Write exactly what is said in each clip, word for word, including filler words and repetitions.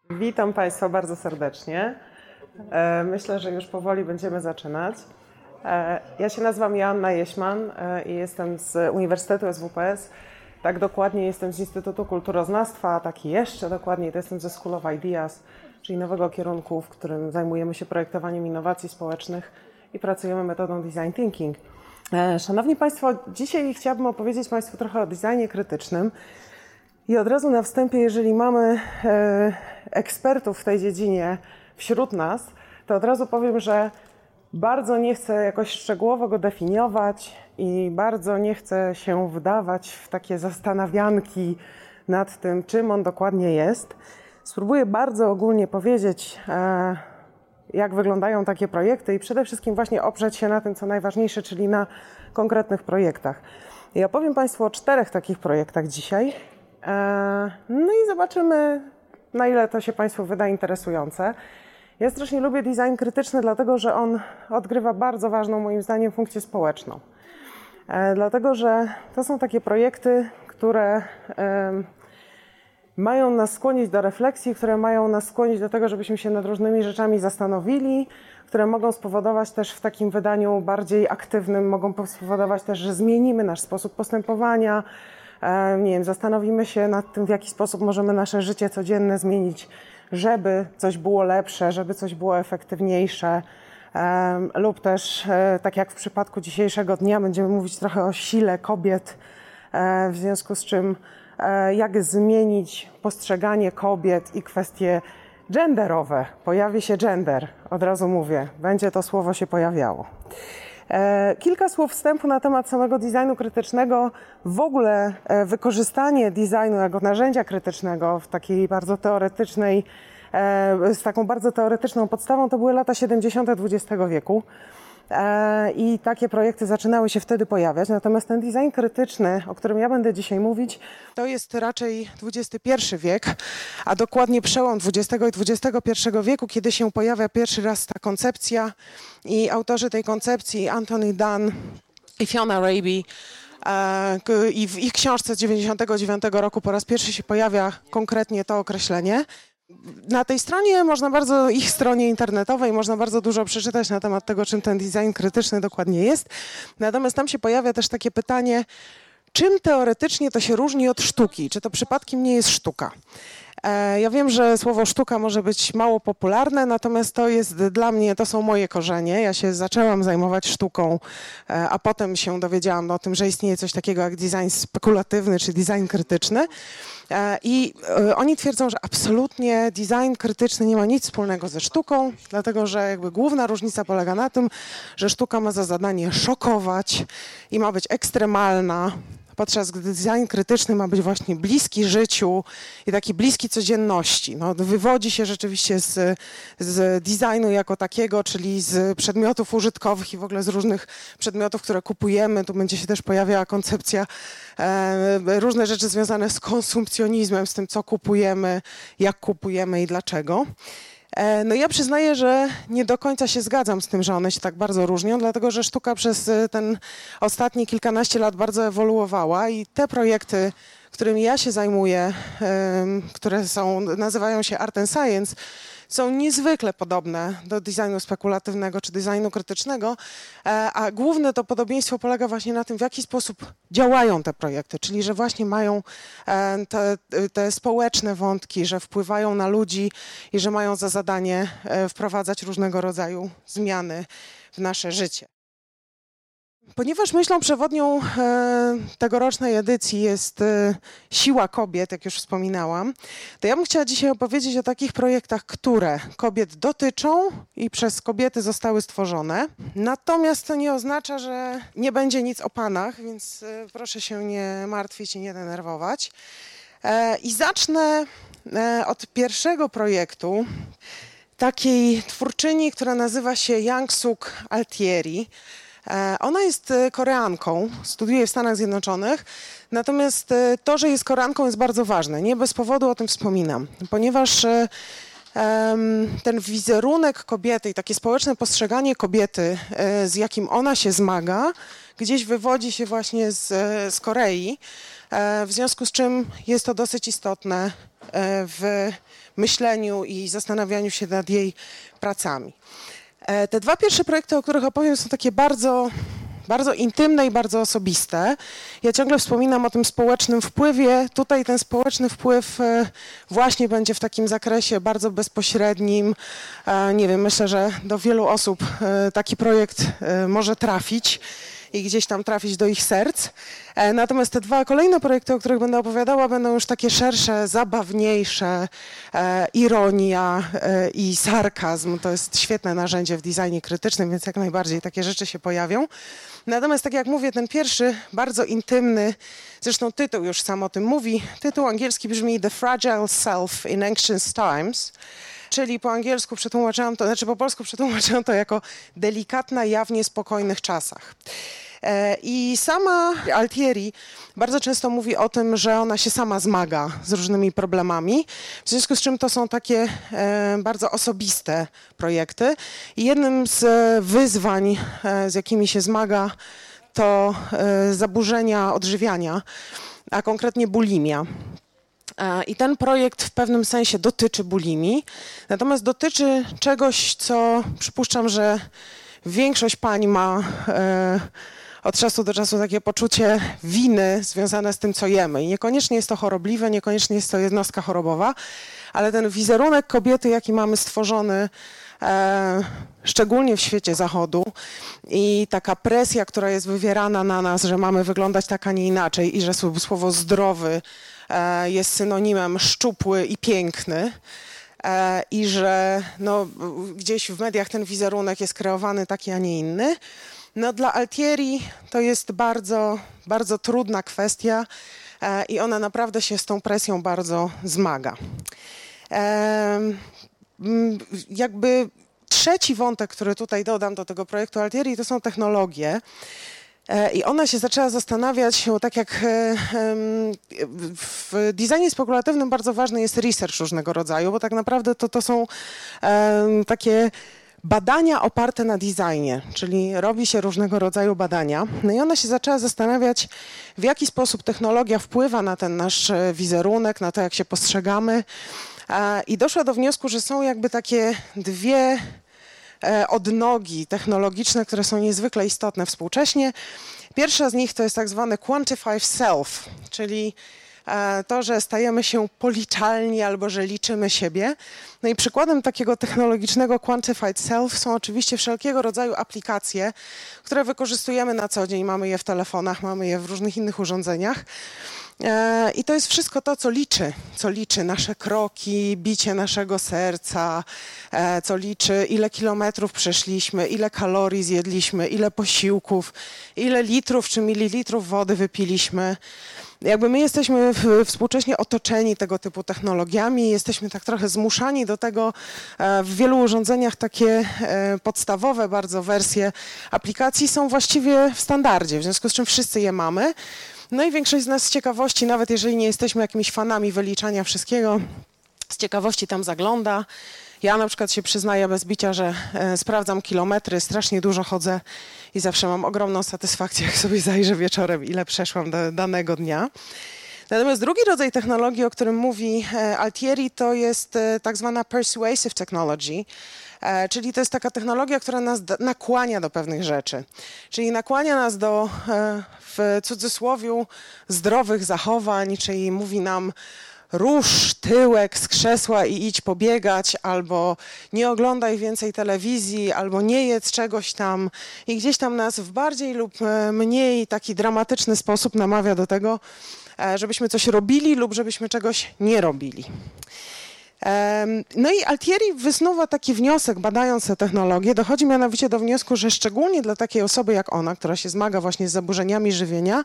Witam Państwa bardzo serdecznie. Myślę, że już powoli będziemy zaczynać. Ja się nazywam Joanna Jeśman i jestem z Uniwersytetu S W P S. Tak dokładnie jestem z Instytutu Kulturoznawstwa, a tak jeszcze dokładniej to jestem ze School of Ideas, czyli nowego kierunku, w którym zajmujemy się projektowaniem innowacji społecznych i pracujemy metodą design thinking. Szanowni Państwo, dzisiaj chciałabym opowiedzieć Państwu trochę o designie krytycznym. I od razu na wstępie, jeżeli mamy e, ekspertów w tej dziedzinie wśród nas, to od razu powiem, że bardzo nie chcę jakoś szczegółowo go definiować i bardzo nie chcę się wdawać w takie zastanawianki nad tym, czym on dokładnie jest. Spróbuję bardzo ogólnie powiedzieć, e, jak wyglądają takie projekty i przede wszystkim właśnie oprzeć się na tym, co najważniejsze, czyli na konkretnych projektach. I opowiem Państwu o czterech takich projektach dzisiaj. No i zobaczymy, na ile to się Państwu wyda interesujące. Ja strasznie lubię design krytyczny, dlatego że on odgrywa bardzo ważną, moim zdaniem, funkcję społeczną. Dlatego, że to są takie projekty, które mają nas skłonić do refleksji, które mają nas skłonić do tego, żebyśmy się nad różnymi rzeczami zastanowili, które mogą spowodować też w takim wydaniu bardziej aktywnym, mogą spowodować też, że zmienimy nasz sposób postępowania. Nie wiem, zastanowimy się nad tym, w jaki sposób możemy nasze życie codzienne zmienić, żeby coś było lepsze, żeby coś było efektywniejsze, lub też, tak jak w przypadku dzisiejszego dnia, będziemy mówić trochę o sile kobiet, w związku z czym jak zmienić postrzeganie kobiet i kwestie genderowe. Pojawi się gender, od razu mówię, będzie to słowo się pojawiało. Kilka słów wstępu na temat samego designu krytycznego. W ogóle wykorzystanie designu jako narzędzia krytycznego w takiej bardzo teoretycznej, z taką bardzo teoretyczną podstawą to były lata siedemdziesiąte dwudziestego wieku. I takie projekty zaczynały się wtedy pojawiać. Natomiast ten design krytyczny, o którym ja będę dzisiaj mówić, to jest raczej dwudziesty pierwszy wiek, a dokładnie przełom dwudziestego i dwudziestego pierwszego wieku, kiedy się pojawia pierwszy raz ta koncepcja i autorzy tej koncepcji, Anthony Dunn i Fiona Raby, i w ich książce z dziewięćdziesiątego dziewiątego roku po raz pierwszy się pojawia konkretnie to określenie. Na tej stronie można bardzo, ich stronie internetowej, można bardzo dużo przeczytać na temat tego, czym ten design krytyczny dokładnie jest. Natomiast tam się pojawia też takie pytanie, czym teoretycznie to się różni od sztuki? Czy to przypadkiem nie jest sztuka? Ja wiem, że słowo sztuka może być mało popularne, natomiast to jest dla mnie, to są moje korzenie. Ja się zaczęłam zajmować sztuką, a potem się dowiedziałam o tym, że istnieje coś takiego jak design spekulatywny czy design krytyczny. I oni twierdzą, że absolutnie design krytyczny nie ma nic wspólnego ze sztuką, dlatego że jakby główna różnica polega na tym, że sztuka ma za zadanie szokować i ma być ekstremalna, podczas gdy design krytyczny ma być właśnie bliski życiu i taki bliski codzienności. No, wywodzi się rzeczywiście z, z designu jako takiego, czyli z przedmiotów użytkowych i w ogóle z różnych przedmiotów, które kupujemy. Tu będzie się też pojawiała koncepcja, e, różne rzeczy związane z konsumpcjonizmem, z tym, co kupujemy, jak kupujemy i dlaczego. No ja przyznaję, że nie do końca się zgadzam z tym, że one się tak bardzo różnią, dlatego że sztuka przez ten ostatnie kilkanaście lat bardzo ewoluowała i te projekty, którymi ja się zajmuję, które są, nazywają się Art and Science, są niezwykle podobne do designu spekulatywnego czy designu krytycznego, a główne to podobieństwo polega właśnie na tym, w jaki sposób działają te projekty, czyli że właśnie mają te, te społeczne wątki, że wpływają na ludzi i że mają za zadanie wprowadzać różnego rodzaju zmiany w nasze życie. Ponieważ myślą przewodnią e, tegorocznej edycji jest e, siła kobiet, jak już wspominałam, to ja bym chciała dzisiaj opowiedzieć o takich projektach, które kobiet dotyczą i przez kobiety zostały stworzone. Natomiast to nie oznacza, że nie będzie nic o panach, więc e, proszę się nie martwić i nie denerwować. E, I zacznę e, od pierwszego projektu takiej twórczyni, która nazywa się Young Suk Altieri. Ona jest Koreanką, studiuje w Stanach Zjednoczonych, natomiast to, że jest Koreanką, jest bardzo ważne. Nie bez powodu o tym wspominam, ponieważ ten wizerunek kobiety i takie społeczne postrzeganie kobiety, z jakim ona się zmaga, gdzieś wywodzi się właśnie z, z Korei, w związku z czym jest to dosyć istotne w myśleniu i zastanawianiu się nad jej pracami. Te dwa pierwsze projekty, o których opowiem, są takie bardzo, bardzo intymne i bardzo osobiste. Ja ciągle wspominam o tym społecznym wpływie. Tutaj ten społeczny wpływ właśnie będzie w takim zakresie bardzo bezpośrednim. Nie wiem, myślę, że do wielu osób taki projekt może trafić i gdzieś tam trafić do ich serc. Natomiast te dwa kolejne projekty, o których będę opowiadała, będą już takie szersze, zabawniejsze, e, ironia e, i sarkazm. To jest świetne narzędzie w designie krytycznym, więc jak najbardziej takie rzeczy się pojawią. Natomiast tak jak mówię, ten pierwszy, bardzo intymny, zresztą tytuł już sam o tym mówi. Tytuł angielski brzmi The Fragile Self in Anxious Times. Czyli po angielsku przetłumaczyłam to, znaczy po polsku przetłumaczyłam to jako delikatna jaw w niespokojnych czasach. I sama Altieri bardzo często mówi o tym, że ona się sama zmaga z różnymi problemami, w związku z czym to są takie bardzo osobiste projekty. I jednym z wyzwań, z jakimi się zmaga, to zaburzenia odżywiania, a konkretnie bulimia. I ten projekt w pewnym sensie dotyczy bulimii, natomiast dotyczy czegoś, co przypuszczam, że większość pań ma e, od czasu do czasu takie poczucie winy związane z tym, co jemy. I niekoniecznie jest to chorobliwe, niekoniecznie jest to jednostka chorobowa, ale ten wizerunek kobiety, jaki mamy stworzony, e, szczególnie w świecie zachodu, i taka presja, która jest wywierana na nas, że mamy wyglądać tak, a nie inaczej i że słowo zdrowy jest synonimem szczupły i piękny i że no, gdzieś w mediach ten wizerunek jest kreowany taki, a nie inny. No, dla Altieri to jest bardzo, bardzo trudna kwestia i ona naprawdę się z tą presją bardzo zmaga. Jakby trzeci wątek, który tutaj dodam do tego projektu Altieri, to są technologie. I ona się zaczęła zastanawiać, bo tak jak w designie spekulatywnym bardzo ważny jest research różnego rodzaju, bo tak naprawdę to, to są takie badania oparte na designie, czyli robi się różnego rodzaju badania. No i ona się zaczęła zastanawiać, w jaki sposób technologia wpływa na ten nasz wizerunek, na to, jak się postrzegamy. I doszła do wniosku, że są jakby takie dwie odnogi technologiczne, które są niezwykle istotne współcześnie. Pierwsza z nich to jest tak zwany quantified self, czyli to, że stajemy się policzalni albo że liczymy siebie. No i przykładem takiego technologicznego quantified self są oczywiście wszelkiego rodzaju aplikacje, które wykorzystujemy na co dzień. Mamy je w telefonach, mamy je w różnych innych urządzeniach. I to jest wszystko to, co liczy, co liczy nasze kroki, bicie naszego serca, co liczy, ile kilometrów przeszliśmy, ile kalorii zjedliśmy, ile posiłków, ile litrów czy mililitrów wody wypiliśmy. Jakby my jesteśmy współcześnie otoczeni tego typu technologiami, jesteśmy tak trochę zmuszani do tego. W wielu urządzeniach takie podstawowe bardzo wersje aplikacji są właściwie w standardzie, w związku z czym wszyscy je mamy. No i większość z nas z ciekawości, nawet jeżeli nie jesteśmy jakimiś fanami wyliczania wszystkiego, z ciekawości tam zagląda. Ja na przykład się przyznaję bez bicia, że e, sprawdzam kilometry, strasznie dużo chodzę i zawsze mam ogromną satysfakcję, jak sobie zajrzę wieczorem, ile przeszłam do danego dnia. Natomiast drugi rodzaj technologii, o którym mówi e, Altieri, to jest e, tak zwana persuasive technology, e, czyli to jest taka technologia, która nas da, nakłania do pewnych rzeczy. Czyli nakłania nas do, e, w cudzysłowiu, zdrowych zachowań, czyli mówi nam: rusz tyłek z krzesła i idź pobiegać, albo nie oglądaj więcej telewizji, albo nie jedz czegoś tam, i gdzieś tam nas w bardziej lub mniej taki dramatyczny sposób namawia do tego, żebyśmy coś robili lub żebyśmy czegoś nie robili. No i Altieri wysnuwa taki wniosek, badając tę technologię, dochodzi mianowicie do wniosku, że szczególnie dla takiej osoby jak ona, która się zmaga właśnie z zaburzeniami żywienia,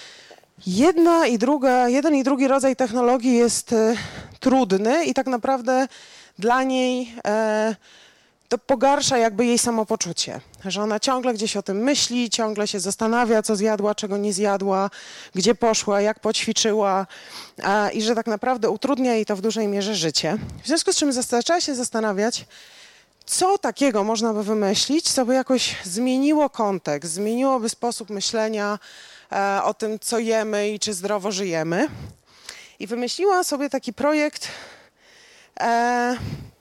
Jedna i druga, jeden i drugi rodzaj technologii jest e, trudny i tak naprawdę dla niej e, to pogarsza jakby jej samopoczucie, że ona ciągle gdzieś o tym myśli, ciągle się zastanawia, co zjadła, czego nie zjadła, gdzie poszła, jak poćwiczyła, a, i że tak naprawdę utrudnia jej to w dużej mierze życie. W związku z czym zaczęła się zastanawiać, co takiego można by wymyślić, co by jakoś zmieniło kontekst, zmieniłoby sposób myślenia e, o tym, co jemy i czy zdrowo żyjemy. I wymyśliła sobie taki projekt, e,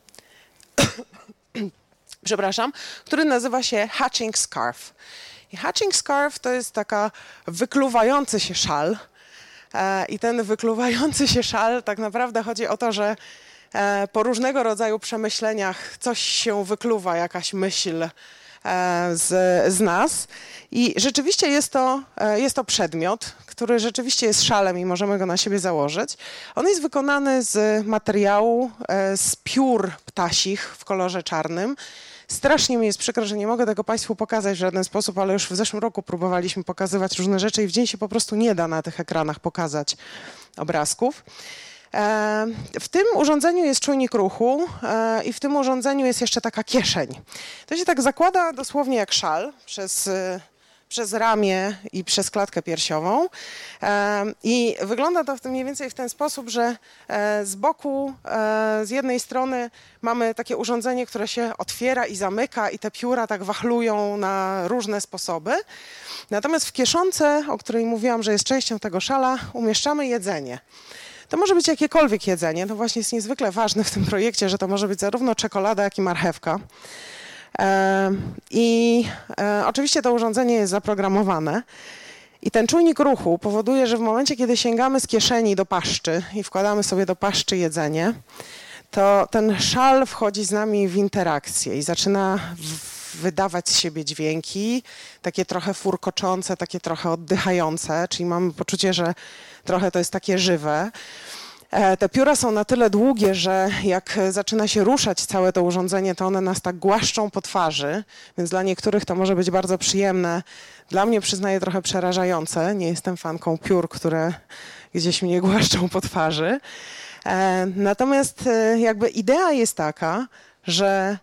przepraszam, który nazywa się Hatching Scarf. I Hatching Scarf to jest taka wykluwający się szal. E, I ten wykluwający się szal, tak naprawdę chodzi o to, że e, po różnego rodzaju przemyśleniach coś się wykluwa, jakaś myśl e, z, z nas. I rzeczywiście jest to, e, jest to przedmiot, który rzeczywiście jest szalem i możemy go na siebie założyć. On jest wykonany z materiału, e, z piór ptasich w kolorze czarnym. Strasznie mi jest przykro, że nie mogę tego Państwu pokazać w żaden sposób, ale już w zeszłym roku próbowaliśmy pokazywać różne rzeczy i w dzień się po prostu nie da na tych ekranach pokazać obrazków. E, w tym urządzeniu jest czujnik ruchu e, i w tym urządzeniu jest jeszcze taka kieszeń. To się tak zakłada dosłownie jak szal przez... E, przez ramię i przez klatkę piersiową. I wygląda to mniej więcej w ten sposób, że z boku, z jednej strony mamy takie urządzenie, które się otwiera i zamyka i te pióra tak wachlują na różne sposoby. Natomiast w kieszonce, o której mówiłam, że jest częścią tego szala, umieszczamy jedzenie. To może być jakiekolwiek jedzenie. To właśnie jest niezwykle ważne w tym projekcie, że to może być zarówno czekolada, jak i marchewka. I e, oczywiście to urządzenie jest zaprogramowane i ten czujnik ruchu powoduje, że w momencie, kiedy sięgamy z kieszeni do paszczy i wkładamy sobie do paszczy jedzenie, to ten szal wchodzi z nami w interakcję i zaczyna w, wydawać z siebie dźwięki, takie trochę furkoczące, takie trochę oddychające, czyli mamy poczucie, że trochę to jest takie żywe. Te pióra są na tyle długie, że jak zaczyna się ruszać całe to urządzenie, to one nas tak głaszczą po twarzy, więc dla niektórych to może być bardzo przyjemne. Dla mnie, przyznaję, trochę przerażające. Nie jestem fanką piór, które gdzieś mnie głaszczą po twarzy. Natomiast jakby idea jest taka, że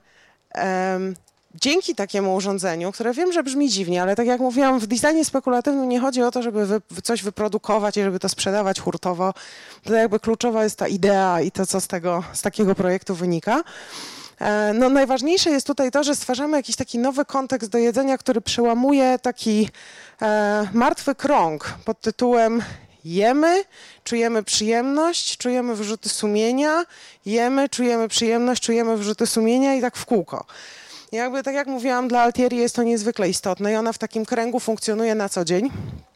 dzięki takiemu urządzeniu, które wiem, że brzmi dziwnie, ale tak jak mówiłam, w designie spekulatywnym nie chodzi o to, żeby wy, coś wyprodukować i żeby to sprzedawać hurtowo. To jakby kluczowa jest ta idea i to, co z tego, z takiego projektu wynika. No, najważniejsze jest tutaj to, że stwarzamy jakiś taki nowy kontekst do jedzenia, który przełamuje taki e, martwy krąg pod tytułem jemy, czujemy przyjemność, czujemy wyrzuty sumienia, jemy, czujemy przyjemność, czujemy wyrzuty sumienia i tak w kółko. Jakby, tak jak mówiłam, dla Altieri jest to niezwykle istotne i ona w takim kręgu funkcjonuje na co dzień.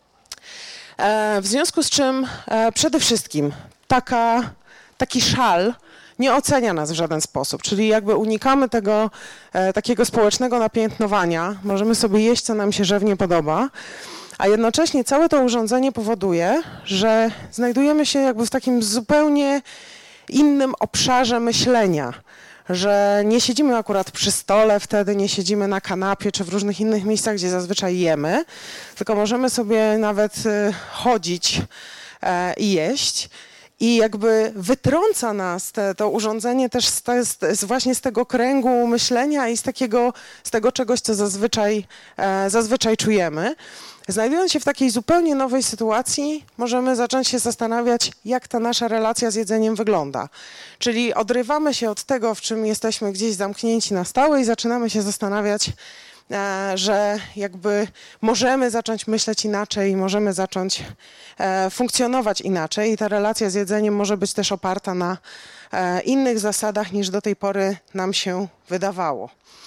E, w związku z czym e, przede wszystkim taka, taki szal nie ocenia nas w żaden sposób, czyli jakby unikamy tego e, takiego społecznego napiętnowania, możemy sobie jeść, co nam się żywnie podoba, a jednocześnie całe to urządzenie powoduje, że znajdujemy się jakby w takim zupełnie innym obszarze myślenia, że nie siedzimy akurat przy stole, wtedy nie siedzimy na kanapie czy w różnych innych miejscach, gdzie zazwyczaj jemy, tylko możemy sobie nawet chodzić i jeść. I jakby wytrąca nas te, to urządzenie też z, te, z, właśnie z tego kręgu myślenia i z, takiego, z tego czegoś, co zazwyczaj, e, zazwyczaj czujemy. Znajdując się w takiej zupełnie nowej sytuacji, możemy zacząć się zastanawiać, jak ta nasza relacja z jedzeniem wygląda. Czyli odrywamy się od tego, w czym jesteśmy gdzieś zamknięci na stałe i zaczynamy się zastanawiać, e, że jakby możemy zacząć myśleć inaczej, możemy zacząć e, funkcjonować inaczej i ta relacja z jedzeniem może być też oparta na e, innych zasadach, niż do tej pory nam się wydawało.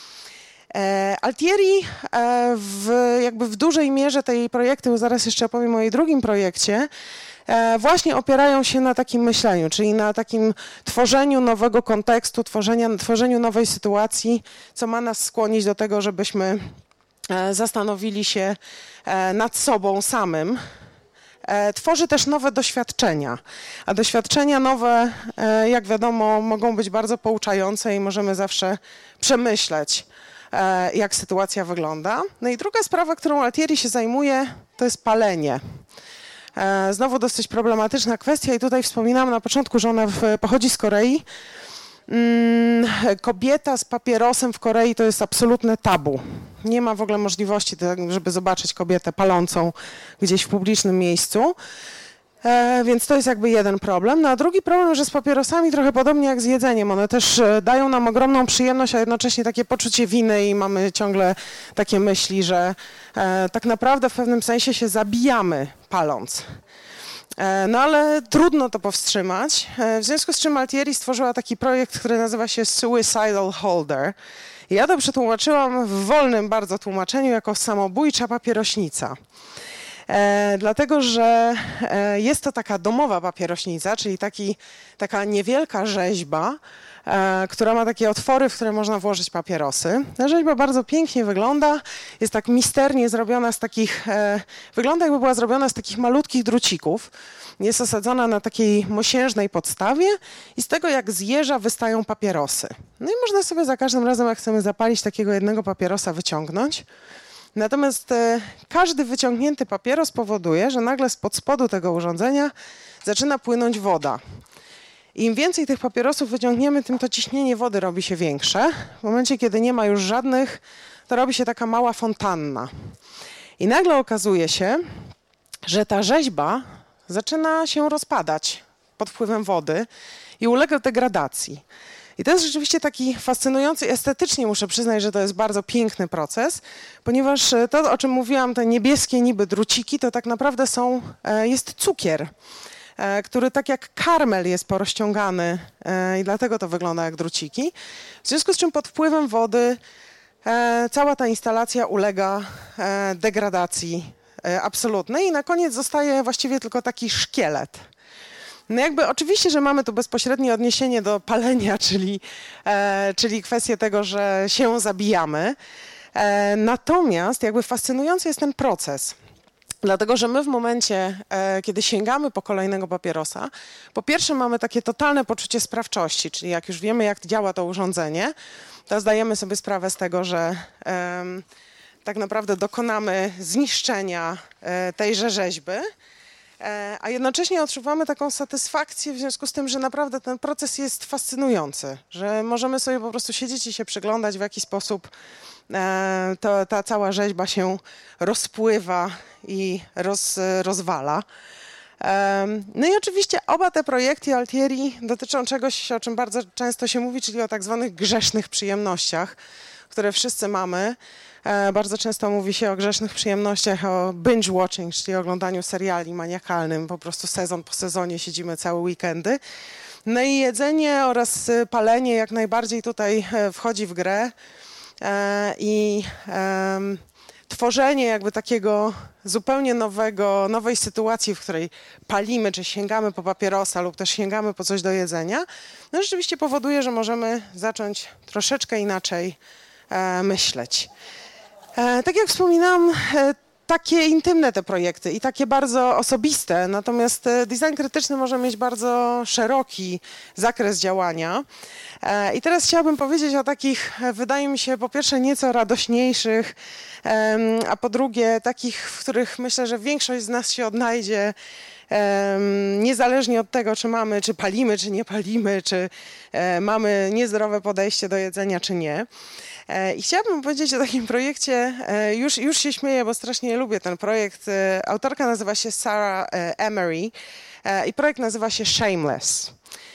Altieri w, jakby w dużej mierze tej projekty, bo zaraz jeszcze opowiem o jej drugim projekcie, właśnie opierają się na takim myśleniu, czyli na takim tworzeniu nowego kontekstu, tworzenia, tworzeniu nowej sytuacji, co ma nas skłonić do tego, żebyśmy zastanowili się nad sobą samym. Tworzy też nowe doświadczenia, a doświadczenia nowe, jak wiadomo, mogą być bardzo pouczające i możemy zawsze przemyśleć, jak sytuacja wygląda. No i druga sprawa, którą Altieri się zajmuje, to jest palenie. Znowu dosyć problematyczna kwestia i tutaj wspominałam na początku, że ona pochodzi z Korei. Kobieta z papierosem w Korei to jest absolutne tabu. Nie ma w ogóle możliwości, żeby zobaczyć kobietę palącą gdzieś w publicznym miejscu. E, więc to jest jakby jeden problem. No a drugi problem, że z papierosami trochę podobnie jak z jedzeniem. One też e, dają nam ogromną przyjemność, a jednocześnie takie poczucie winy i mamy ciągle takie myśli, że e, tak naprawdę w pewnym sensie się zabijamy paląc. E, no ale trudno to powstrzymać. E, w związku z czym Altieri stworzyła taki projekt, który nazywa się Suicidal Holder. I ja to przetłumaczyłam w wolnym bardzo tłumaczeniu jako samobójcza papierośnica. E, dlatego, że e, jest to taka domowa papierośnica, czyli taki, taka niewielka rzeźba, e, która ma takie otwory, w które można włożyć papierosy. Ta rzeźba bardzo pięknie wygląda, jest tak misternie zrobiona z takich, e, wygląda jakby była zrobiona z takich malutkich drucików. Jest osadzona na takiej mosiężnej podstawie i z tego jak z jeża wystają papierosy. No i można sobie za każdym razem, jak chcemy zapalić takiego jednego papierosa, wyciągnąć. Natomiast e, każdy wyciągnięty papieros powoduje, że nagle spod spodu tego urządzenia zaczyna płynąć woda. Im więcej tych papierosów wyciągniemy, tym to ciśnienie wody robi się większe. W momencie, kiedy nie ma już żadnych, to robi się taka mała fontanna. I nagle okazuje się, że ta rzeźba zaczyna się rozpadać pod wpływem wody i ulega degradacji. I to jest rzeczywiście taki fascynujący, estetycznie muszę przyznać, że to jest bardzo piękny proces, ponieważ to, o czym mówiłam, te niebieskie niby druciki, to tak naprawdę są, jest cukier, który tak jak karmel jest porozciągany i dlatego to wygląda jak druciki. W związku z czym pod wpływem wody cała ta instalacja ulega degradacji absolutnej i na koniec zostaje właściwie tylko taki szkielet. No jakby oczywiście, że mamy tu bezpośrednie odniesienie do palenia, czyli, e, czyli kwestię tego, że się zabijamy. E, natomiast jakby fascynujący jest ten proces. Dlatego, że my w momencie, e, kiedy sięgamy po kolejnego papierosa, po pierwsze mamy takie totalne poczucie sprawczości, czyli jak już wiemy, jak działa to urządzenie, to zdajemy sobie sprawę z tego, że e, tak naprawdę dokonamy zniszczenia e, tejże rzeźby. A jednocześnie odczuwamy taką satysfakcję w związku z tym, że naprawdę ten proces jest fascynujący, że możemy sobie po prostu siedzieć i się przyglądać, w jaki sposób e, to, ta cała rzeźba się rozpływa i roz, rozwala. E, no i oczywiście oba te projekty Altieri dotyczą czegoś, o czym bardzo często się mówi, czyli o tak zwanych grzesznych przyjemnościach, które wszyscy mamy. Bardzo często mówi się o grzesznych przyjemnościach, o binge watching, czyli oglądaniu seriali maniakalnym. Po prostu sezon po sezonie siedzimy całe weekendy. No i jedzenie oraz palenie jak najbardziej tutaj wchodzi w grę. I tworzenie jakby takiego zupełnie nowego, nowej sytuacji, w której palimy, czy sięgamy po papierosa lub też sięgamy po coś do jedzenia, no rzeczywiście powoduje, że możemy zacząć troszeczkę inaczej myśleć. Tak jak wspominałam, takie intymne te projekty i takie bardzo osobiste, natomiast design krytyczny może mieć bardzo szeroki zakres działania. I teraz chciałabym powiedzieć o takich, wydaje mi się, po pierwsze nieco radośniejszych, a po drugie takich, w których myślę, że większość z nas się odnajdzie, niezależnie od tego, czy mamy, czy palimy, czy nie palimy, czy mamy niezdrowe podejście do jedzenia, czy nie. I chciałabym powiedzieć o takim projekcie, już, już się śmieję, bo strasznie lubię ten projekt. Autorka nazywa się Sarah Emery i projekt nazywa się Shameless.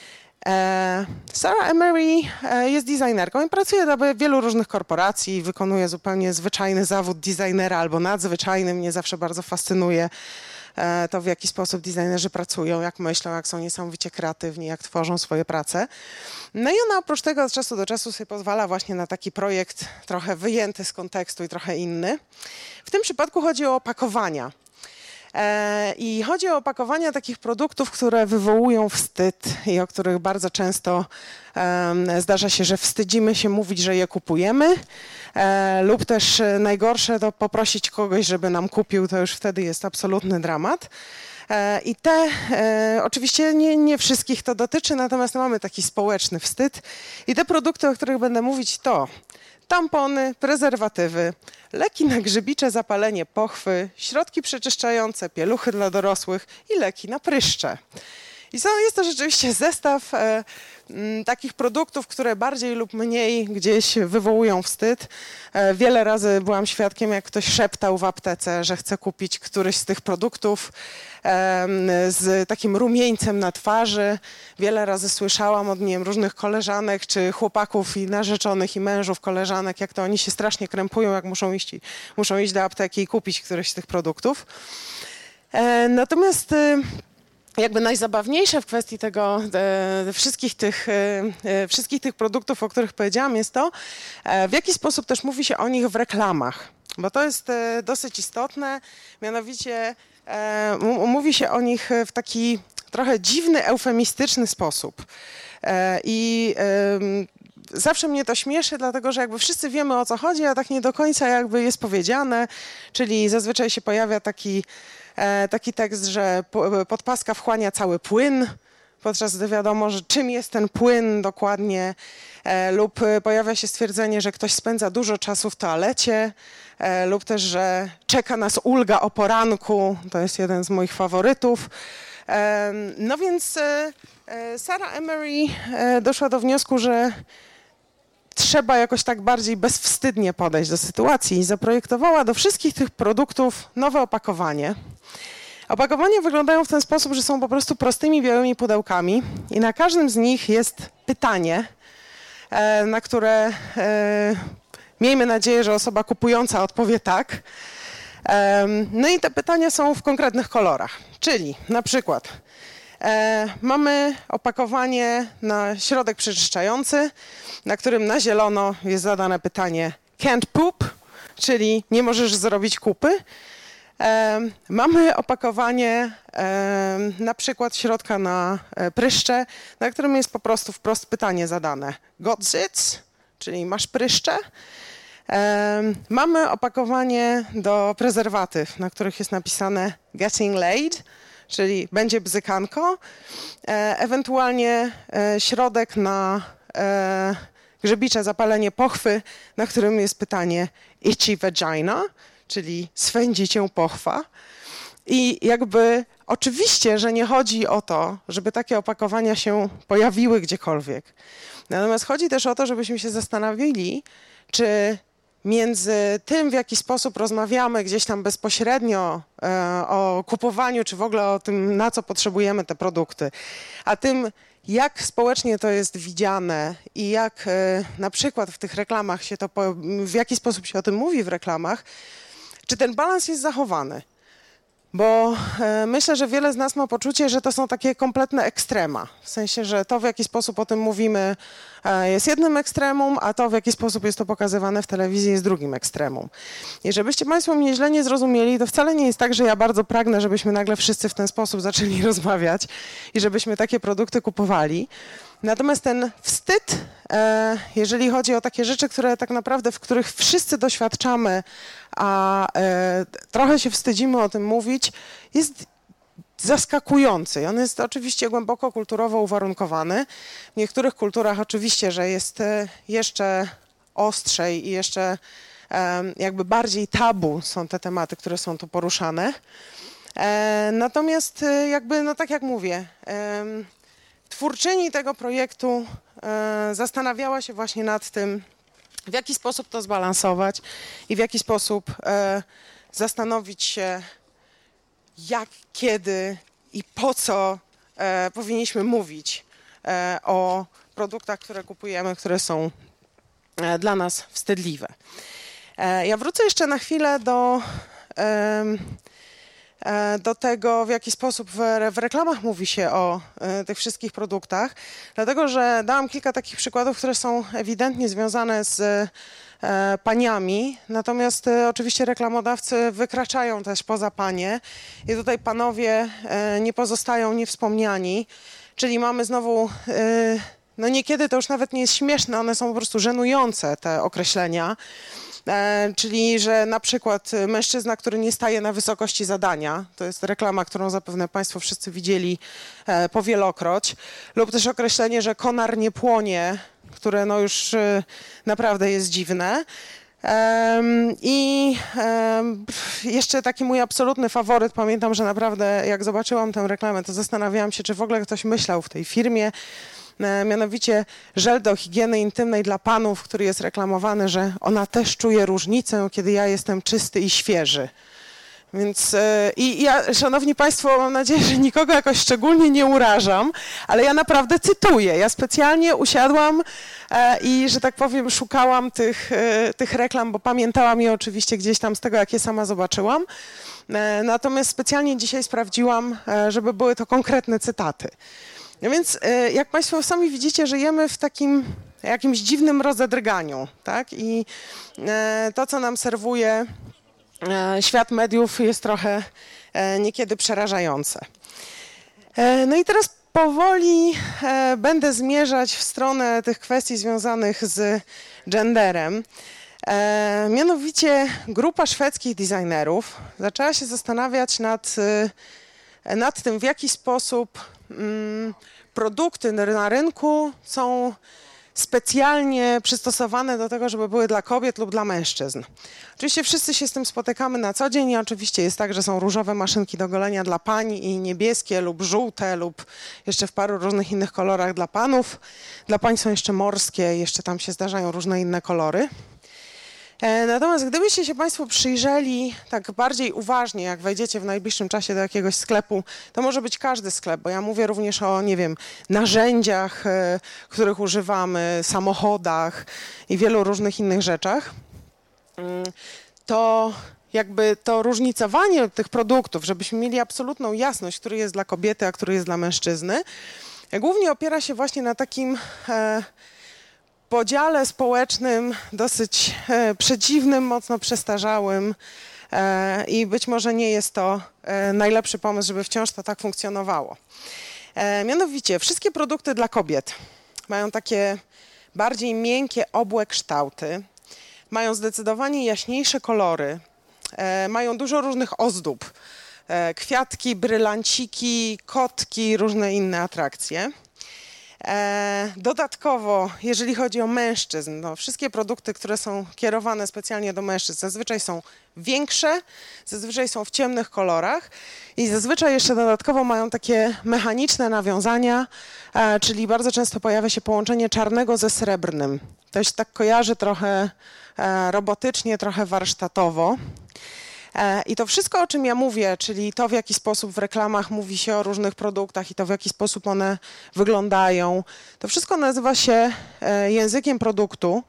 Sarah Emery jest designerką i pracuje dla wielu różnych korporacji, wykonuje zupełnie zwyczajny zawód designera albo nadzwyczajny. Mnie zawsze bardzo fascynuje to, w jaki sposób designerzy pracują, jak myślą, jak są niesamowicie kreatywni, jak tworzą swoje prace. No i ona oprócz tego od czasu do czasu sobie pozwala właśnie na taki projekt trochę wyjęty z kontekstu i trochę inny. W tym przypadku chodzi o opakowania. I chodzi o opakowania takich produktów, które wywołują wstyd i o których bardzo często um, zdarza się, że wstydzimy się mówić, że je kupujemy, e, lub też najgorsze to poprosić kogoś, żeby nam kupił, to już wtedy jest absolutny dramat. E, I te, e, oczywiście nie, nie wszystkich to dotyczy, natomiast mamy taki społeczny wstyd i te produkty, o których będę mówić, to tampony, prezerwatywy, leki na grzybicze zapalenie pochwy, środki przeczyszczające, pieluchy dla dorosłych i leki na pryszcze. I są, jest to rzeczywiście zestaw e, m, takich produktów, które bardziej lub mniej gdzieś wywołują wstyd. E, wiele razy byłam świadkiem, jak ktoś szeptał w aptece, że chce kupić któryś z tych produktów e, z takim rumieńcem na twarzy. Wiele razy słyszałam od, nie wiem, różnych koleżanek, czy chłopaków i narzeczonych, i mężów koleżanek, jak to oni się strasznie krępują, jak muszą iść, muszą iść do apteki i kupić któryś z tych produktów. E, natomiast e, jakby najzabawniejsze w kwestii tego, e, wszystkich, tych, e, wszystkich tych produktów, o których powiedziałam, jest to, e, w jaki sposób też mówi się o nich w reklamach. Bo to jest e, dosyć istotne, mianowicie e, m- mówi się o nich w taki trochę dziwny, eufemistyczny sposób. E, I e, zawsze mnie to śmieszy, dlatego że jakby wszyscy wiemy, o co chodzi, a tak nie do końca jakby jest powiedziane, czyli zazwyczaj się pojawia taki taki tekst, że podpaska wchłania cały płyn, podczas gdy wiadomo, że czym jest ten płyn dokładnie, e, lub pojawia się stwierdzenie, że ktoś spędza dużo czasu w toalecie, e, lub też, że czeka nas ulga o poranku, to jest jeden z moich faworytów. E, no więc e, Sarah Emery e, doszła do wniosku, że trzeba jakoś tak bardziej bezwstydnie podejść do sytuacji i zaprojektowała do wszystkich tych produktów nowe opakowanie. Opakowania wyglądają w ten sposób, że są po prostu prostymi białymi pudełkami i na każdym z nich jest pytanie, na które miejmy nadzieję, że osoba kupująca odpowie tak. No i te pytania są w konkretnych kolorach, czyli na przykład E, mamy opakowanie na środek przeczyszczający, na którym na zielono jest zadane pytanie can't poop, czyli nie możesz zrobić kupy. E, mamy opakowanie e, na przykład środka na e, pryszcze, na którym jest po prostu wprost pytanie zadane got zits, czyli masz pryszcze. E, mamy opakowanie do prezerwatyw, na których jest napisane getting laid, czyli będzie bzykanko, e, ewentualnie e, środek na e, grzybicze zapalenie pochwy, na którym jest pytanie itchy vagina, czyli swędzi cię pochwa. I jakby oczywiście, że nie chodzi o to, żeby takie opakowania się pojawiły gdziekolwiek. Natomiast chodzi też o to, żebyśmy się zastanowili, czy między tym, w jaki sposób rozmawiamy gdzieś tam bezpośrednio e, o kupowaniu, czy w ogóle o tym, na co potrzebujemy te produkty, a tym, jak społecznie to jest widziane i jak e, na przykład w tych reklamach się to, po, w jaki sposób się o tym mówi w reklamach, czy ten balans jest zachowany. Bo e, myślę, że wiele z nas ma poczucie, że to są takie kompletne ekstrema. W sensie, że to, w jaki sposób o tym mówimy, e, jest jednym ekstremum, a to, w jaki sposób jest to pokazywane w telewizji, jest drugim ekstremum. I żebyście Państwo mnie źle nie zrozumieli, to wcale nie jest tak, że ja bardzo pragnę, żebyśmy nagle wszyscy w ten sposób zaczęli rozmawiać i żebyśmy takie produkty kupowali. Natomiast ten wstyd, e, jeżeli chodzi o takie rzeczy, które tak naprawdę, w których wszyscy doświadczamy, a e, trochę się wstydzimy o tym mówić, jest zaskakujący. On jest oczywiście głęboko kulturowo uwarunkowany. W niektórych kulturach oczywiście, że jest e, jeszcze ostrzej i jeszcze e, jakby bardziej tabu są te tematy, które są tu poruszane. E, natomiast e, jakby, no tak jak mówię, e, twórczyni tego projektu e, zastanawiała się właśnie nad tym, w jaki sposób to zbalansować i w jaki sposób e, zastanowić się, jak, kiedy i po co e, powinniśmy mówić e, o produktach, które kupujemy, które są e, dla nas wstydliwe. E, ja wrócę jeszcze na chwilę do... E, do tego, w jaki sposób w, w reklamach mówi się o e, tych wszystkich produktach, dlatego że dałam kilka takich przykładów, które są ewidentnie związane z e, paniami, natomiast e, oczywiście reklamodawcy wykraczają też poza panie i tutaj panowie e, nie pozostają niewspomniani, czyli mamy znowu, e, no niekiedy to już nawet nie jest śmieszne, one są po prostu żenujące, te określenia. E, czyli, że na przykład mężczyzna, który nie staje na wysokości zadania, to jest reklama, którą zapewne Państwo wszyscy widzieli e, powielokroć, lub też określenie, że konar nie płonie, które no już e, naprawdę jest dziwne. Um, I um, jeszcze taki mój absolutny faworyt, pamiętam, że naprawdę jak zobaczyłam tę reklamę, to zastanawiałam się, czy w ogóle ktoś myślał w tej firmie, e, mianowicie żel do higieny intymnej dla panów, który jest reklamowany, że ona też czuje różnicę, kiedy ja jestem czysty i świeży. Więc e, i ja, szanowni państwo, mam nadzieję, że nikogo jakoś szczególnie nie urażam, ale ja naprawdę cytuję. Ja specjalnie usiadłam e, i, że tak powiem, szukałam tych, e, tych reklam, bo pamiętałam je oczywiście gdzieś tam z tego, jak je sama zobaczyłam. E, natomiast specjalnie dzisiaj sprawdziłam, e, żeby były to konkretne cytaty. No więc, e, jak państwo sami widzicie, żyjemy w takim jakimś dziwnym rozedrganiu, tak? I e, to, co nam serwuje świat mediów, jest trochę niekiedy przerażające. No i teraz powoli będę zmierzać w stronę tych kwestii związanych z genderem. Mianowicie grupa szwedzkich designerów zaczęła się zastanawiać nad, nad tym, w jaki sposób produkty na rynku są specjalnie przystosowane do tego, żeby były dla kobiet lub dla mężczyzn. Oczywiście wszyscy się z tym spotykamy na co dzień i oczywiście jest tak, że są różowe maszynki do golenia dla pań i niebieskie lub żółte lub jeszcze w paru różnych innych kolorach dla panów. Dla pań są jeszcze morskie, jeszcze tam się zdarzają różne inne kolory. Natomiast gdybyście się państwo przyjrzeli tak bardziej uważnie, jak wejdziecie w najbliższym czasie do jakiegoś sklepu, to może być każdy sklep, bo ja mówię również o, nie wiem, narzędziach, których używamy, samochodach i wielu różnych innych rzeczach, to jakby to różnicowanie tych produktów, żebyśmy mieli absolutną jasność, który jest dla kobiety, a który jest dla mężczyzny, głównie opiera się właśnie na takim podziale społecznym dosyć e, przedziwnym, mocno przestarzałym e, i być może nie jest to e, najlepszy pomysł, żeby wciąż to tak funkcjonowało. E, mianowicie wszystkie produkty dla kobiet mają takie bardziej miękkie, obłe kształty, mają zdecydowanie jaśniejsze kolory, e, mają dużo różnych ozdób, e, kwiatki, brylanciki, kotki, różne inne atrakcje. E, dodatkowo, jeżeli chodzi o mężczyzn, no, wszystkie produkty, które są kierowane specjalnie do mężczyzn, zazwyczaj są większe, zazwyczaj są w ciemnych kolorach i zazwyczaj jeszcze dodatkowo mają takie mechaniczne nawiązania, e, czyli bardzo często pojawia się połączenie czarnego ze srebrnym. To się tak kojarzy trochę e, robotycznie, trochę warsztatowo. I to wszystko, o czym ja mówię, czyli to, w jaki sposób w reklamach mówi się o różnych produktach i to, w jaki sposób one wyglądają, to wszystko nazywa się językiem produktu.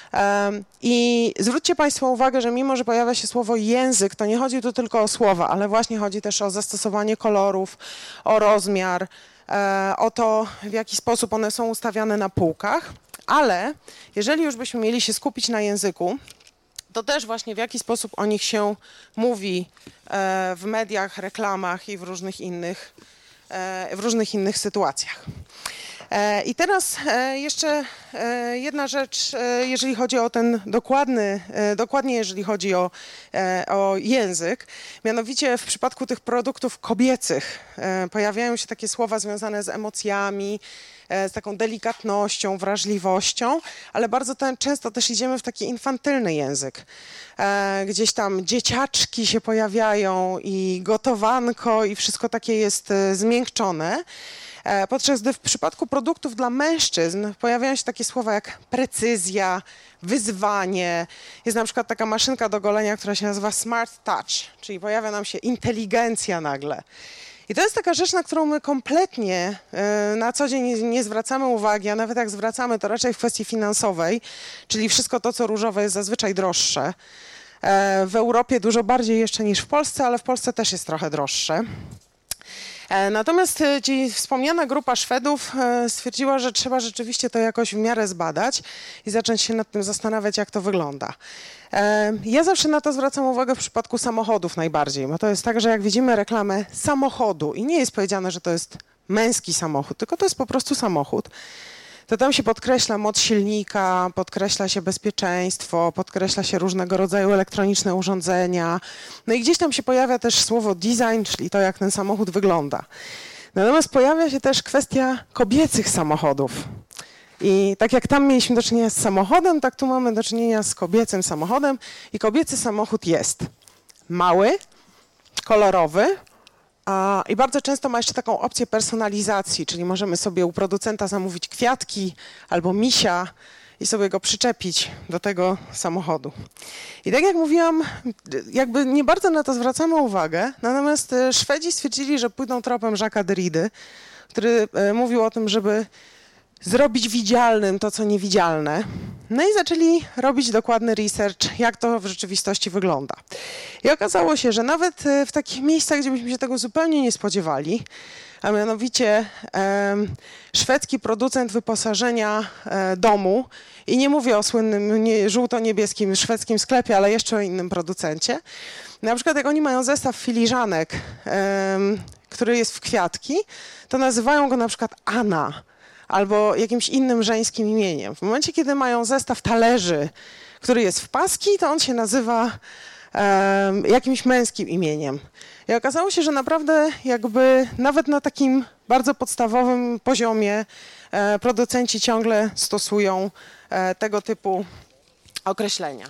I zwróćcie państwo uwagę, że mimo, że pojawia się słowo język, to nie chodzi tu tylko o słowa, ale właśnie chodzi też o zastosowanie kolorów, o rozmiar, o to, w jaki sposób one są ustawiane na półkach. Ale jeżeli już byśmy mieli się skupić na języku, to też właśnie w jaki sposób o nich się mówi w mediach, reklamach i w różnych innych, w różnych innych sytuacjach. I teraz jeszcze jedna rzecz, jeżeli chodzi o ten dokładny, dokładnie jeżeli chodzi o, o język, mianowicie w przypadku tych produktów kobiecych pojawiają się takie słowa związane z emocjami, z taką delikatnością, wrażliwością, ale bardzo ten, często też idziemy w taki infantylny język. E, gdzieś tam dzieciaczki się pojawiają i gotowanko i wszystko takie jest e, zmiękczone. E, podczas gdy w przypadku produktów dla mężczyzn pojawiają się takie słowa jak precyzja, wyzwanie. Jest na przykład taka maszynka do golenia, która się nazywa Smart Touch, czyli pojawia nam się inteligencja nagle. I to jest taka rzecz, na którą my kompletnie y, na co dzień nie, nie zwracamy uwagi, a nawet jak zwracamy, to raczej w kwestii finansowej, czyli wszystko to, co różowe, jest zazwyczaj droższe. E, w Europie dużo bardziej jeszcze niż w Polsce, ale w Polsce też jest trochę droższe. E, natomiast ci wspomniana grupa Szwedów e, stwierdziła, że trzeba rzeczywiście to jakoś w miarę zbadać i zacząć się nad tym zastanawiać, jak to wygląda. Ja zawsze na to zwracam uwagę w przypadku samochodów najbardziej, bo to jest tak, że jak widzimy reklamę samochodu i nie jest powiedziane, że to jest męski samochód, tylko to jest po prostu samochód, to tam się podkreśla moc silnika, podkreśla się bezpieczeństwo, podkreśla się różnego rodzaju elektroniczne urządzenia. No i gdzieś tam się pojawia też słowo design, czyli to, jak ten samochód wygląda. Natomiast pojawia się też kwestia kobiecych samochodów. I tak jak tam mieliśmy do czynienia z samochodem, tak tu mamy do czynienia z kobiecym samochodem i kobiecy samochód jest mały, kolorowy, a, i bardzo często ma jeszcze taką opcję personalizacji, czyli możemy sobie u producenta zamówić kwiatki albo misia i sobie go przyczepić do tego samochodu. I tak jak mówiłam, jakby nie bardzo na to zwracamy uwagę, natomiast Szwedzi stwierdzili, że pójdą tropem Jacques'a Derrida, który mówił o tym, żeby zrobić widzialnym to, co niewidzialne. No i zaczęli robić dokładny research, jak to w rzeczywistości wygląda. I okazało się, że nawet w takich miejscach, gdzie byśmy się tego zupełnie nie spodziewali, a mianowicie e, szwedzki producent wyposażenia e, domu, i nie mówię o słynnym nie, żółto-niebieskim szwedzkim sklepie, ale jeszcze o innym producencie. Na przykład jak oni mają zestaw filiżanek, e, który jest w kwiatki, to nazywają go na przykład Anna albo jakimś innym żeńskim imieniem. W momencie, kiedy mają zestaw talerzy, który jest w paski, to on się nazywa e, jakimś męskim imieniem. I okazało się, że naprawdę jakby nawet na takim bardzo podstawowym poziomie e, producenci ciągle stosują e, tego typu określenia.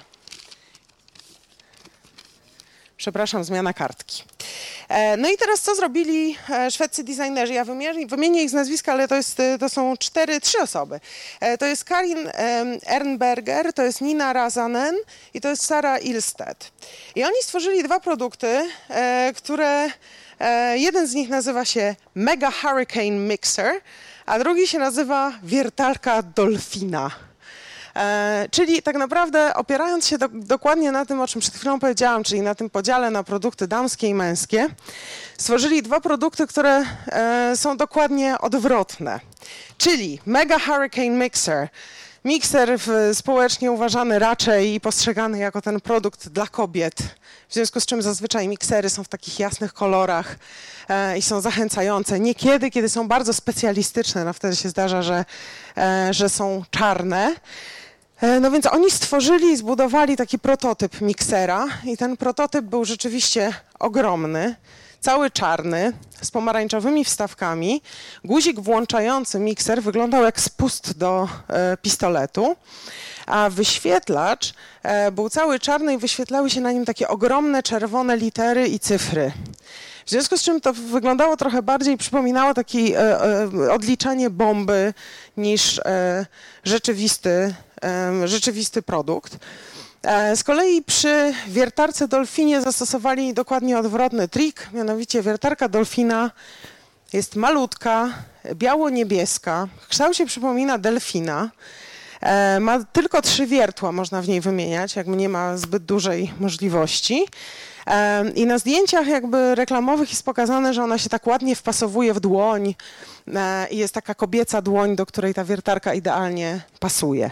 Przepraszam, zmiana kartki. E, no i teraz co zrobili e, szwedzcy designerzy? Ja wymienię, wymienię ich z nazwiska, ale to, jest, to są cztery, trzy osoby. E, to jest Karin e, Ernberger, to jest Nina Razanen i to jest Sara Ilstedt. I oni stworzyli dwa produkty, e, które e, jeden z nich nazywa się Mega Hurricane Mixer, a drugi się nazywa wiertarka Dolfina. E, czyli tak naprawdę opierając się do, dokładnie na tym, o czym przed chwilą powiedziałam, czyli na tym podziale na produkty damskie i męskie, stworzyli dwa produkty, które e, są dokładnie odwrotne. Czyli Mega Hurricane Mixer, mikser w, społecznie uważany raczej i postrzegany jako ten produkt dla kobiet, w związku z czym zazwyczaj miksery są w takich jasnych kolorach e, i są zachęcające. Niekiedy, kiedy są bardzo specjalistyczne, no wtedy się zdarza, że, e, że są czarne. No więc oni stworzyli i zbudowali taki prototyp miksera i ten prototyp był rzeczywiście ogromny, cały czarny, z pomarańczowymi wstawkami. Guzik włączający mikser wyglądał jak spust do e, pistoletu, a wyświetlacz e, był cały czarny i wyświetlały się na nim takie ogromne czerwone litery i cyfry. W związku z czym to wyglądało trochę bardziej, przypominało takie e, e, odliczanie bomby niż e, rzeczywisty rzeczywisty produkt. Z kolei przy wiertarce Dolfinie zastosowali dokładnie odwrotny trik, mianowicie wiertarka Dolfina jest malutka, biało-niebieska, w kształcie przypomina delfina, ma tylko trzy wiertła, można w niej wymieniać, jakby nie ma zbyt dużej możliwości. I na zdjęciach jakby reklamowych jest pokazane, że ona się tak ładnie wpasowuje w dłoń i jest taka kobieca dłoń, do której ta wiertarka idealnie pasuje.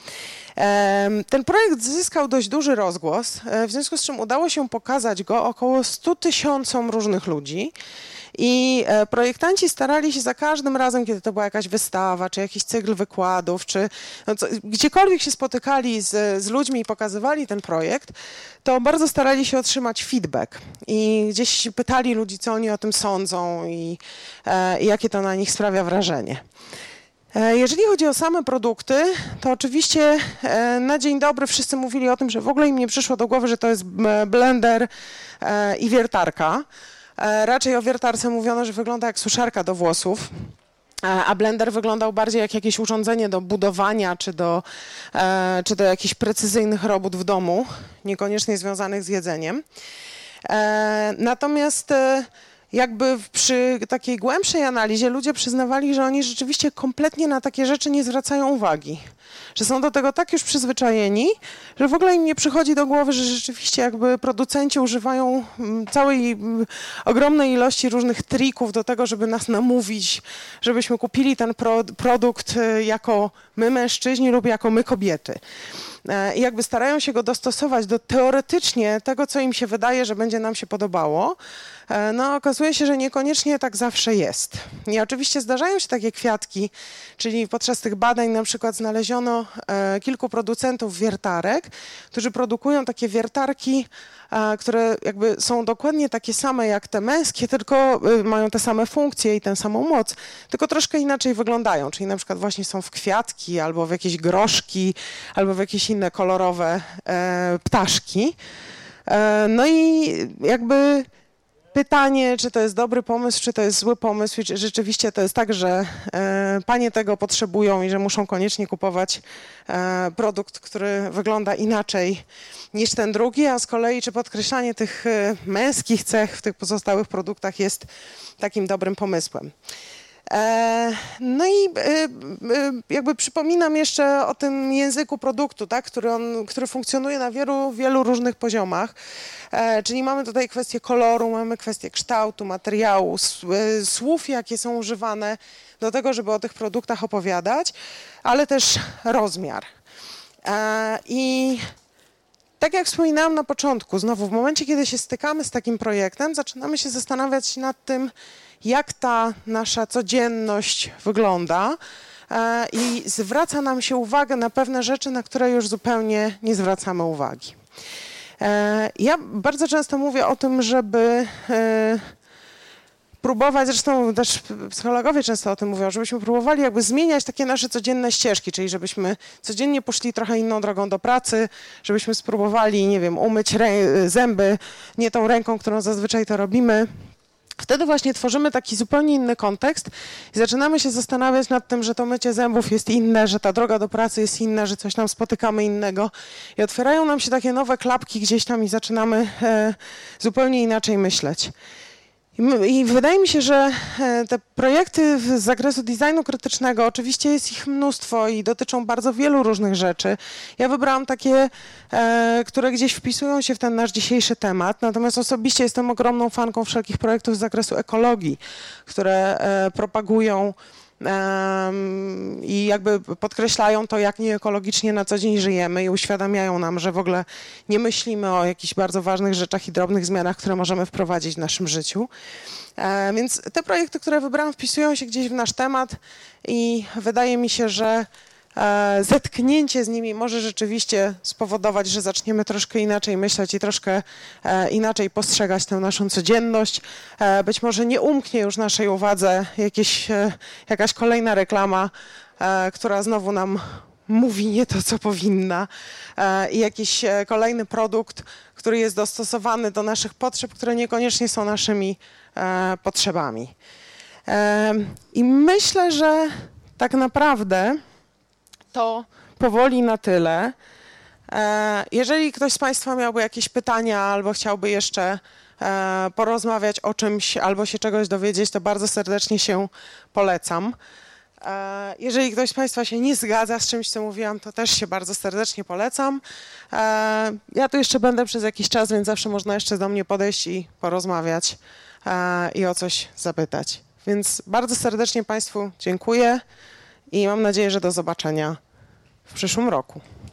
Ten projekt zyskał dość duży rozgłos, w związku z czym udało się pokazać go około stu tysiącom różnych ludzi i projektanci starali się za każdym razem, kiedy to była jakaś wystawa, czy jakiś cykl wykładów, czy no co, gdziekolwiek się spotykali z, z ludźmi i pokazywali ten projekt, to bardzo starali się otrzymać feedback i gdzieś pytali ludzi, co oni o tym sądzą i, e, i jakie to na nich sprawia wrażenie. Jeżeli chodzi o same produkty, to oczywiście na dzień dobry wszyscy mówili o tym, że w ogóle im nie przyszło do głowy, że to jest blender i wiertarka. Raczej o wiertarce mówiono, że wygląda jak suszarka do włosów, a blender wyglądał bardziej jak jakieś urządzenie do budowania czy do, czy do jakichś precyzyjnych robót w domu, niekoniecznie związanych z jedzeniem. Natomiast jakby przy takiej głębszej analizie ludzie przyznawali, że oni rzeczywiście kompletnie na takie rzeczy nie zwracają uwagi. Że są do tego tak już przyzwyczajeni, że w ogóle im nie przychodzi do głowy, że rzeczywiście jakby producenci używają całej ogromnej ilości różnych trików do tego, żeby nas namówić, żebyśmy kupili ten pro, produkt jako my mężczyźni lub jako my kobiety. i jakby starają się go dostosować do teoretycznie tego, co im się wydaje, że będzie nam się podobało, no okazuje się, że niekoniecznie tak zawsze jest. I oczywiście zdarzają się takie kwiatki, czyli podczas tych badań na przykład znaleziono kilku producentów wiertarek, którzy produkują takie wiertarki, które jakby są dokładnie takie same jak te męskie, tylko mają te same funkcje i tę samą moc, tylko troszkę inaczej wyglądają, czyli na przykład właśnie są w kwiatki, albo w jakieś groszki, albo w jakieś inne kolorowe e, ptaszki. E, no i jakby pytanie, czy to jest dobry pomysł, czy to jest zły pomysł, czy rzeczywiście to jest tak, że e, panie tego potrzebują i że muszą koniecznie kupować e, produkt, który wygląda inaczej niż ten drugi, a z kolei czy podkreślanie tych e, męskich cech w tych pozostałych produktach jest takim dobrym pomysłem. No i jakby przypominam jeszcze o tym języku produktu, tak, który, on, który funkcjonuje na wielu, wielu różnych poziomach. Czyli mamy tutaj kwestię koloru, mamy kwestię kształtu, materiału, słów, jakie są używane do tego, żeby o tych produktach opowiadać, ale też rozmiar. I tak jak wspominałam na początku, znowu w momencie, kiedy się stykamy z takim projektem, zaczynamy się zastanawiać nad tym, jak ta nasza codzienność wygląda e, i zwraca nam się uwagę na pewne rzeczy, na które już zupełnie nie zwracamy uwagi. E, ja bardzo często mówię o tym, żeby e, próbować, zresztą też psychologowie często o tym mówią, żebyśmy próbowali jakby zmieniać takie nasze codzienne ścieżki, czyli żebyśmy codziennie poszli trochę inną drogą do pracy, żebyśmy spróbowali, nie wiem, umyć zęby nie tą ręką, którą zazwyczaj to robimy. Wtedy właśnie tworzymy taki zupełnie inny kontekst i zaczynamy się zastanawiać nad tym, że to mycie zębów jest inne, że ta droga do pracy jest inna, że coś tam spotykamy innego i otwierają nam się takie nowe klapki gdzieś tam i zaczynamy e, zupełnie inaczej myśleć. I wydaje mi się, że te projekty z zakresu designu krytycznego, oczywiście jest ich mnóstwo i dotyczą bardzo wielu różnych rzeczy. Ja wybrałam takie, które gdzieś wpisują się w ten nasz dzisiejszy temat, natomiast osobiście jestem ogromną fanką wszelkich projektów z zakresu ekologii, które propagują Um, i jakby podkreślają to, jak nieekologicznie na co dzień żyjemy i uświadamiają nam, że w ogóle nie myślimy o jakichś bardzo ważnych rzeczach i drobnych zmianach, które możemy wprowadzić w naszym życiu. E, więc te projekty, które wybrałam, wpisują się gdzieś w nasz temat i wydaje mi się, że e, zetknięcie z nimi może rzeczywiście spowodować, że zaczniemy troszkę inaczej myśleć i troszkę e, inaczej postrzegać tę naszą codzienność. E, być może nie umknie już naszej uwadze jakieś, e, jakaś kolejna reklama, e, która znowu nam mówi nie to, co powinna, e, i jakiś e, kolejny produkt, który jest dostosowany do naszych potrzeb, które niekoniecznie są naszymi e, potrzebami. E, I myślę, że tak naprawdę to powoli na tyle. Jeżeli ktoś z Państwa miałby jakieś pytania albo chciałby jeszcze porozmawiać o czymś albo się czegoś dowiedzieć, to bardzo serdecznie się polecam. Jeżeli ktoś z Państwa się nie zgadza z czymś, co mówiłam, to też się bardzo serdecznie polecam. Ja tu jeszcze będę przez jakiś czas, więc zawsze można jeszcze do mnie podejść i porozmawiać i o coś zapytać. Więc bardzo serdecznie Państwu dziękuję i mam nadzieję, że do zobaczenia w przyszłym roku.